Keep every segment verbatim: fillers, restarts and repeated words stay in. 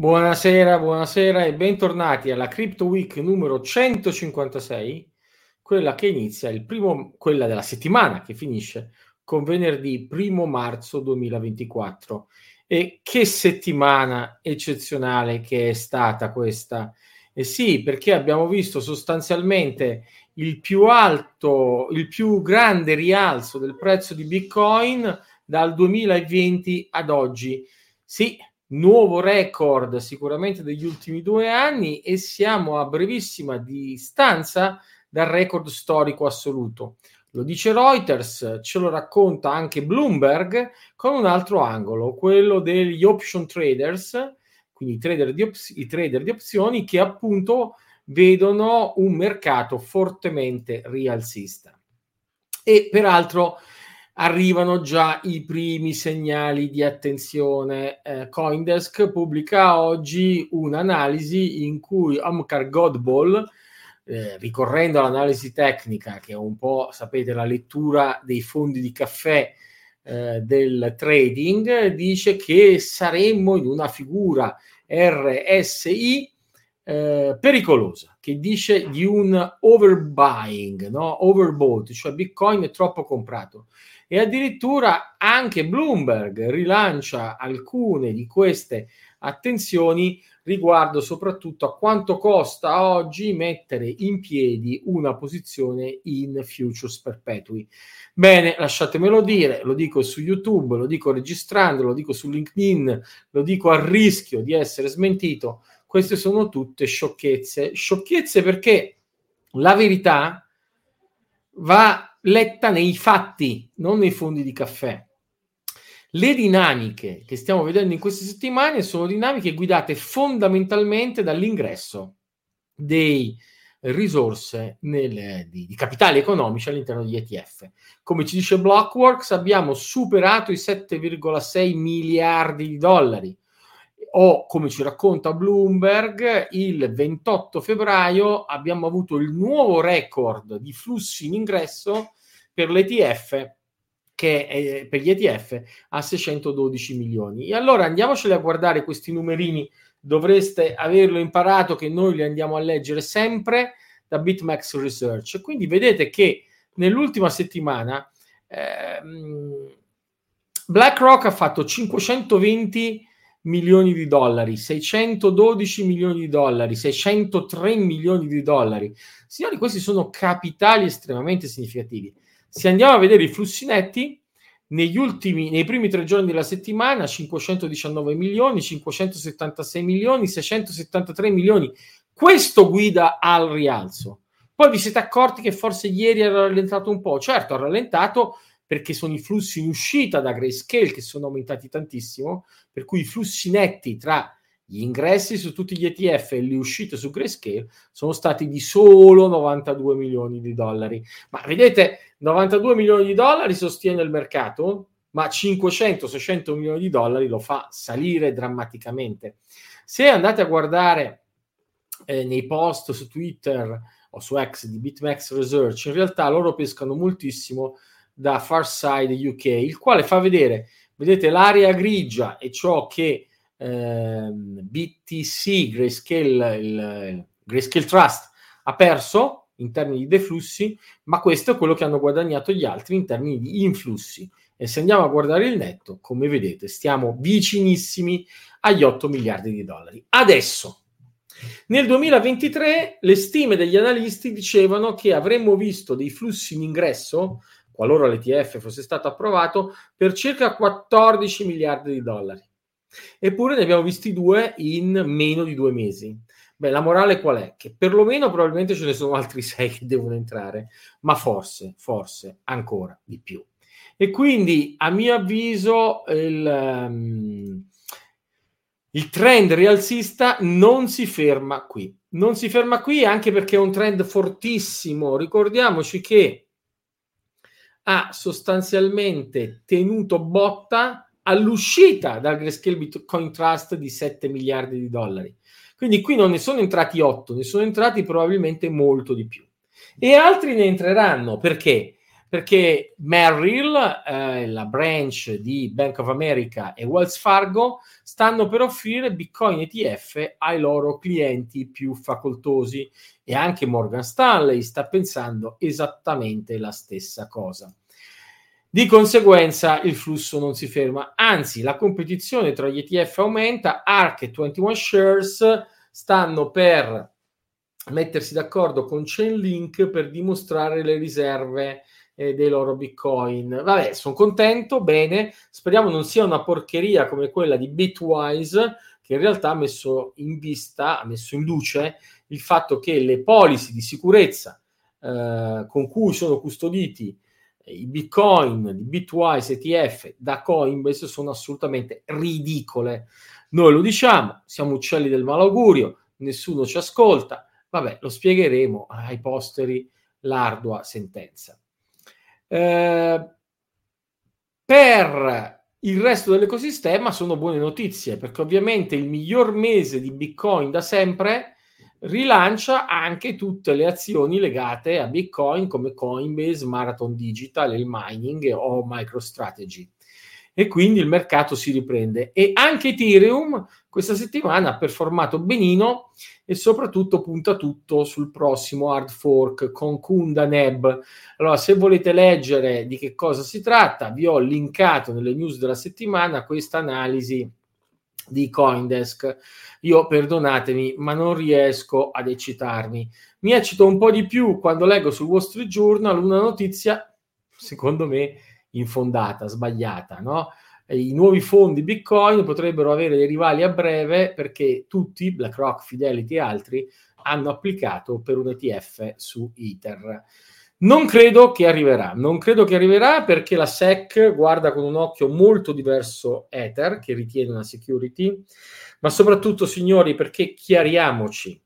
Buonasera, buonasera e bentornati alla Crypto Week numero centocinquantasei, quella che inizia il primo, quella della settimana che finisce con venerdì primo marzo duemilaventiquattro. E che settimana eccezionale che è stata questa! E sì, perché abbiamo visto sostanzialmente il più alto, il più grande rialzo del prezzo di Bitcoin dal duemilaventi ad oggi. Sì, nuovo record sicuramente degli ultimi due anni e siamo a brevissima distanza dal record storico assoluto. Lo dice Reuters, ce lo racconta anche Bloomberg con un altro angolo, quello degli option traders, quindi i trader di, op- i trader di opzioni che appunto vedono un mercato fortemente rialzista. E peraltro arrivano già i primi segnali di attenzione. Eh, Coindesk pubblica oggi un'analisi in cui Omkar Godbole, eh, ricorrendo all'analisi tecnica, che è un po', sapete, la lettura dei fondi di caffè eh, del trading, dice che saremmo in una figura R S I eh, pericolosa, che dice di un overbuying, no? Overbought, cioè Bitcoin è troppo comprato. E addirittura anche Bloomberg rilancia alcune di queste attenzioni riguardo soprattutto a quanto costa oggi mettere in piedi una posizione in futures perpetui. Bene, lasciatemelo dire, lo dico su YouTube, lo dico registrando, lo dico su LinkedIn, lo dico a rischio di essere smentito. Queste sono tutte sciocchezze. Sciocchezze perché la verità va letta nei fatti, non nei fondi di caffè. Le dinamiche che stiamo vedendo in queste settimane sono dinamiche guidate fondamentalmente dall'ingresso dei risorse nel, di, di capitali economici all'interno degli E T F. Come ci dice Blockworks, abbiamo superato i sette virgola sei miliardi di dollari. O, come ci racconta Bloomberg, il ventotto febbraio abbiamo avuto il nuovo record di flussi in ingresso per l'E T F, che è, per gli E T F a seicentododici milioni. E allora andiamoceli a guardare questi numerini, dovreste averlo imparato che noi li andiamo a leggere sempre da BitMEX Research. Quindi vedete che nell'ultima settimana ehm, BlackRock ha fatto cinquecentoventi milioni di dollari, seicentododici milioni di dollari, seicentotre milioni di dollari. Signori, questi sono capitali estremamente significativi. Se andiamo a vedere i flussi netti, negli ultimi, nei primi tre giorni della settimana, cinquecentodiciannove milioni, cinquecentosettantasei milioni, seicentosettantatré milioni. Questo guida al rialzo. Poi vi siete accorti che forse ieri ha rallentato un po'? Certo, ha rallentato perché sono i flussi in uscita da Grayscale che sono aumentati tantissimo, per cui i flussi netti tra gli ingressi su tutti gli E T F e le uscite su Grayscale sono stati di solo novantadue milioni di dollari. Ma vedete, novantadue milioni di dollari sostiene il mercato, ma cinquecento seicento milioni di dollari lo fa salire drammaticamente. Se andate a guardare eh, nei post su Twitter o su X di BitMEX Research, in realtà loro pescano moltissimo da Farside U K, il quale fa vedere, vedete, l'area grigia è ciò che eh, B T C, Grayscale, il, il Grayscale Trust, ha perso in termini di deflussi, ma questo è quello che hanno guadagnato gli altri in termini di influssi. E se andiamo a guardare il netto, come vedete, stiamo vicinissimi agli otto miliardi di dollari. Adesso, nel duemilaventitré, le stime degli analisti dicevano che avremmo visto dei flussi in ingresso, qualora l'E T F fosse stato approvato, per circa quattordici miliardi di dollari. Eppure ne abbiamo visti due in meno di due mesi. Beh, la morale qual è? Che perlomeno probabilmente ce ne sono altri sei che devono entrare, ma forse, forse ancora di più. E quindi, a mio avviso, il, um, il trend rialzista non si ferma qui. Non si ferma qui anche perché è un trend fortissimo. Ricordiamoci che ha sostanzialmente tenuto botta all'uscita dal Grayscale Bitcoin Trust di sette miliardi di dollari. Quindi qui non ne sono entrati otto, ne sono entrati probabilmente molto di più. E altri ne entreranno. Perché? perché Merrill, eh, la branch di Bank of America e Wells Fargo, stanno per offrire Bitcoin E T F ai loro clienti più facoltosi, e anche Morgan Stanley sta pensando esattamente la stessa cosa. Di conseguenza il flusso non si ferma, anzi la competizione tra gli E T F aumenta. Ark e ventuno Shares stanno per mettersi d'accordo con Chainlink per dimostrare le riserve eh, dei loro Bitcoin. Vabbè, sono contento, bene, speriamo non sia una porcheria come quella di Bitwise, che in realtà ha messo in vista, ha messo in luce il fatto che le policy di sicurezza eh, con cui sono custoditi i Bitcoin di Bitwise E T F da Coinbase sono assolutamente ridicole. Noi lo diciamo, siamo uccelli del malaugurio, nessuno ci ascolta. Vabbè, lo spiegheremo ai posteri l'ardua sentenza. Eh, per il resto dell'ecosistema sono buone notizie, perché ovviamente il miglior mese di Bitcoin da sempre rilancia anche tutte le azioni legate a Bitcoin come Coinbase, Marathon Digital, il mining o MicroStrategy. E quindi il mercato si riprende. E anche Ethereum questa settimana ha performato benino e soprattutto punta tutto sul prossimo hard fork con Kunda Neb. Allora, se volete leggere di che cosa si tratta, vi ho linkato nelle news della settimana questa analisi di CoinDesk. Io, perdonatemi, ma non riesco ad eccitarmi. Mi eccito un po' di più quando leggo sul Wall Street Journal una notizia, secondo me, infondata, sbagliata, no? I nuovi fondi Bitcoin potrebbero avere dei rivali a breve perché tutti, BlackRock, Fidelity e altri, hanno applicato per un E T F su Ether. Non credo che arriverà, non credo che arriverà perché la S E C guarda con un occhio molto diverso Ether, che ritiene una security, ma soprattutto, signori, perché chiariamoci,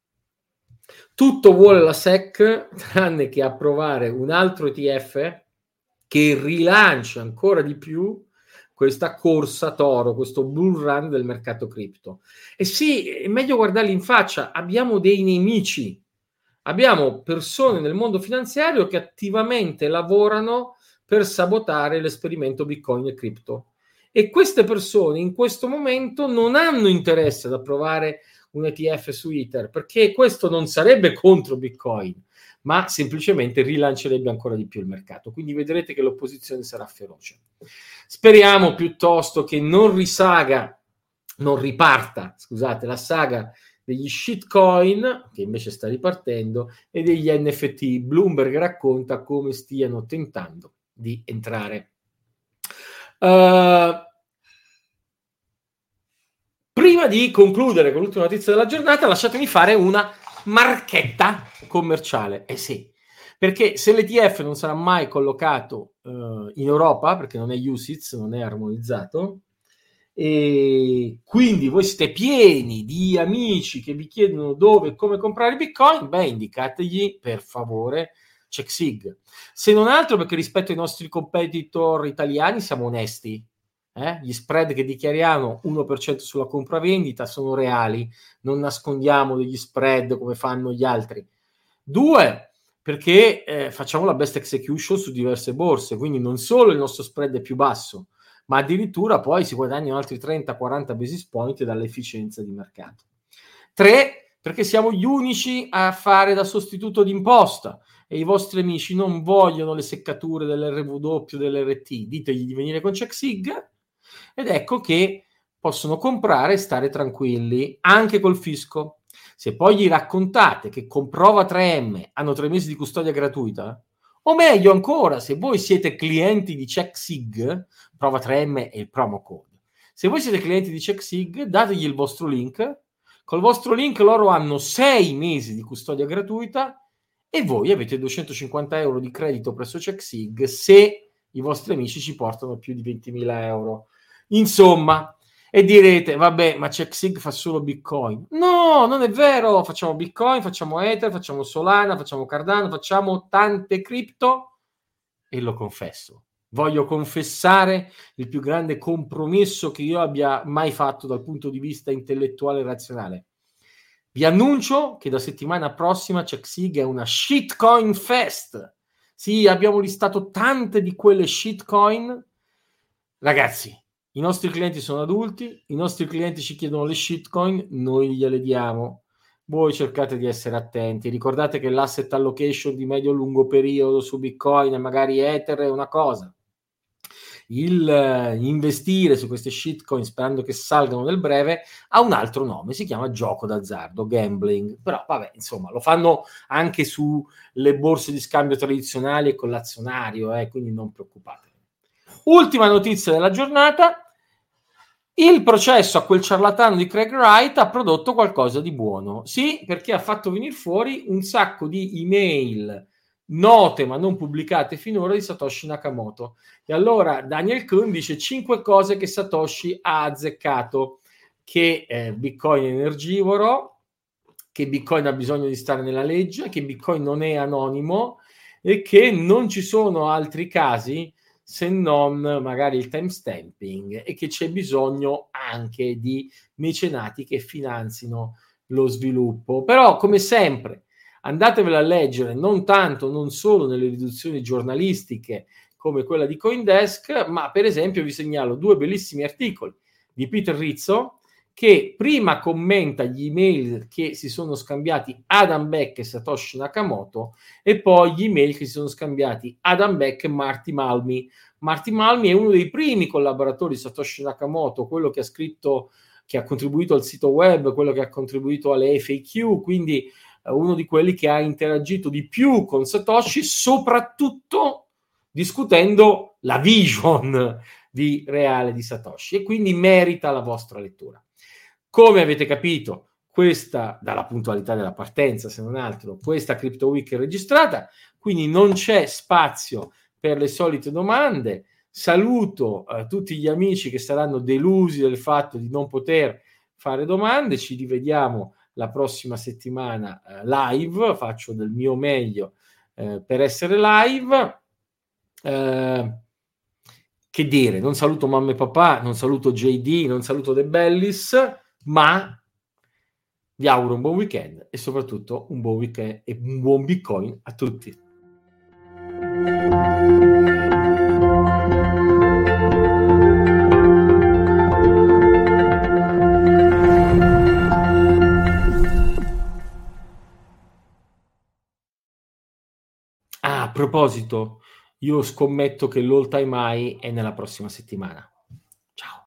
tutto vuole la S E C tranne che approvare un altro E T F che rilancia ancora di più questa corsa toro, questo bull run del mercato cripto. E sì, è meglio guardarli in faccia, abbiamo dei nemici, abbiamo persone nel mondo finanziario che attivamente lavorano per sabotare l'esperimento Bitcoin e cripto. E queste persone in questo momento non hanno interesse ad approvare un E T F su Ether, perché questo non sarebbe contro Bitcoin, ma semplicemente rilancerebbe ancora di più il mercato. Quindi vedrete che l'opposizione sarà feroce. Speriamo piuttosto che non risaga, non riparta, scusate, la saga degli shitcoin, che invece sta ripartendo, e degli N F T. Bloomberg racconta come stiano tentando di entrare. Uh, prima di concludere con l'ultima notizia della giornata, lasciatemi fare una marchetta commerciale. Eh sì, perché se l'E T F non sarà mai collocato uh, in Europa, perché non è U S I T S, non è armonizzato, e quindi voi siete pieni di amici che vi chiedono dove e come comprare Bitcoin, beh, indicategli per favore CheckSig. Se non altro perché rispetto ai nostri competitor italiani siamo onesti. Eh? Gli spread che dichiariamo uno per cento sulla compravendita sono reali, non nascondiamo degli spread come fanno gli altri. Due, perché eh, facciamo la best execution su diverse borse, quindi non solo il nostro spread è più basso, ma addirittura poi si guadagnano altri trenta quaranta basis point dall'efficienza di mercato. Tre, perché siamo gli unici a fare da sostituto d'imposta e i vostri amici non vogliono le seccature dell'R V W, dell'R T, ditegli di venire con CheckSig ed ecco che possono comprare e stare tranquilli anche col fisco. Se poi gli raccontate che con Prova tre M hanno tre mesi di custodia gratuita, o meglio ancora, se voi siete clienti di CheckSig, Prova tre M è il promo code. Se voi siete clienti di CheckSig, dategli il vostro link. Col vostro link loro hanno sei mesi di custodia gratuita e voi avete duecentocinquanta euro di credito presso CheckSig se i vostri amici ci portano più di ventimila euro. Insomma, e direte, vabbè, ma CheckSig fa solo Bitcoin. No, non è vero, facciamo Bitcoin, facciamo Ether, facciamo Solana, facciamo Cardano, facciamo tante cripto e lo confesso. Voglio confessare il più grande compromesso che io abbia mai fatto dal punto di vista intellettuale e razionale. Vi annuncio che da settimana prossima CheckSig è una shitcoin fest. Sì, abbiamo listato tante di quelle shitcoin. Ragazzi, i nostri clienti sono adulti, i nostri clienti ci chiedono le shitcoin, noi gliele diamo. Voi cercate di essere attenti. Ricordate che l'asset allocation di medio-lungo periodo su Bitcoin e magari Ether è una cosa. Il eh, investire su queste shitcoin sperando che salgano nel breve ha un altro nome, si chiama gioco d'azzardo, gambling. Però vabbè, insomma, lo fanno anche sulle borse di scambio tradizionali e con l'azionario, eh, quindi non preoccupatevi. Ultima notizia della giornata. Il processo a quel ciarlatano di Craig Wright ha prodotto qualcosa di buono. Sì, perché ha fatto venire fuori un sacco di email note ma non pubblicate finora di Satoshi Nakamoto. E allora Daniel Kuhn dice cinque cose che Satoshi ha azzeccato: che eh, Bitcoin è energivoro, che Bitcoin ha bisogno di stare nella legge, che Bitcoin non è anonimo e che non ci sono altri casi se non magari il timestamping, e che c'è bisogno anche di mecenati che finanzino lo sviluppo. Però, come sempre, andatevela a leggere, non tanto, non solo nelle riduzioni giornalistiche come quella di CoinDesk, ma per esempio vi segnalo due bellissimi articoli di Peter Rizzo, che prima commenta gli email che si sono scambiati Adam Beck e Satoshi Nakamoto, e poi gli email che si sono scambiati Adam Beck e Marty Malmi. Marty Malmi è uno dei primi collaboratori di Satoshi Nakamoto, quello che ha scritto, che ha contribuito al sito web, quello che ha contribuito alle F A Q, quindi uh, uno di quelli che ha interagito di più con Satoshi, soprattutto discutendo la vision di reale di Satoshi, e quindi merita la vostra lettura. Come avete capito, questa, dalla puntualità della partenza se non altro, questa Crypto Week è registrata, quindi non c'è spazio per le solite domande. Saluto eh, tutti gli amici che saranno delusi del fatto di non poter fare domande. Ci rivediamo la prossima settimana eh, live, faccio del mio meglio eh, per essere live. Eh, che dire, non saluto mamma e papà, non saluto J D, non saluto De Bellis, ma vi auguro un buon weekend e soprattutto un buon weekend e un buon Bitcoin a tutti. Ah, a proposito, io scommetto che l'all time high è nella prossima settimana.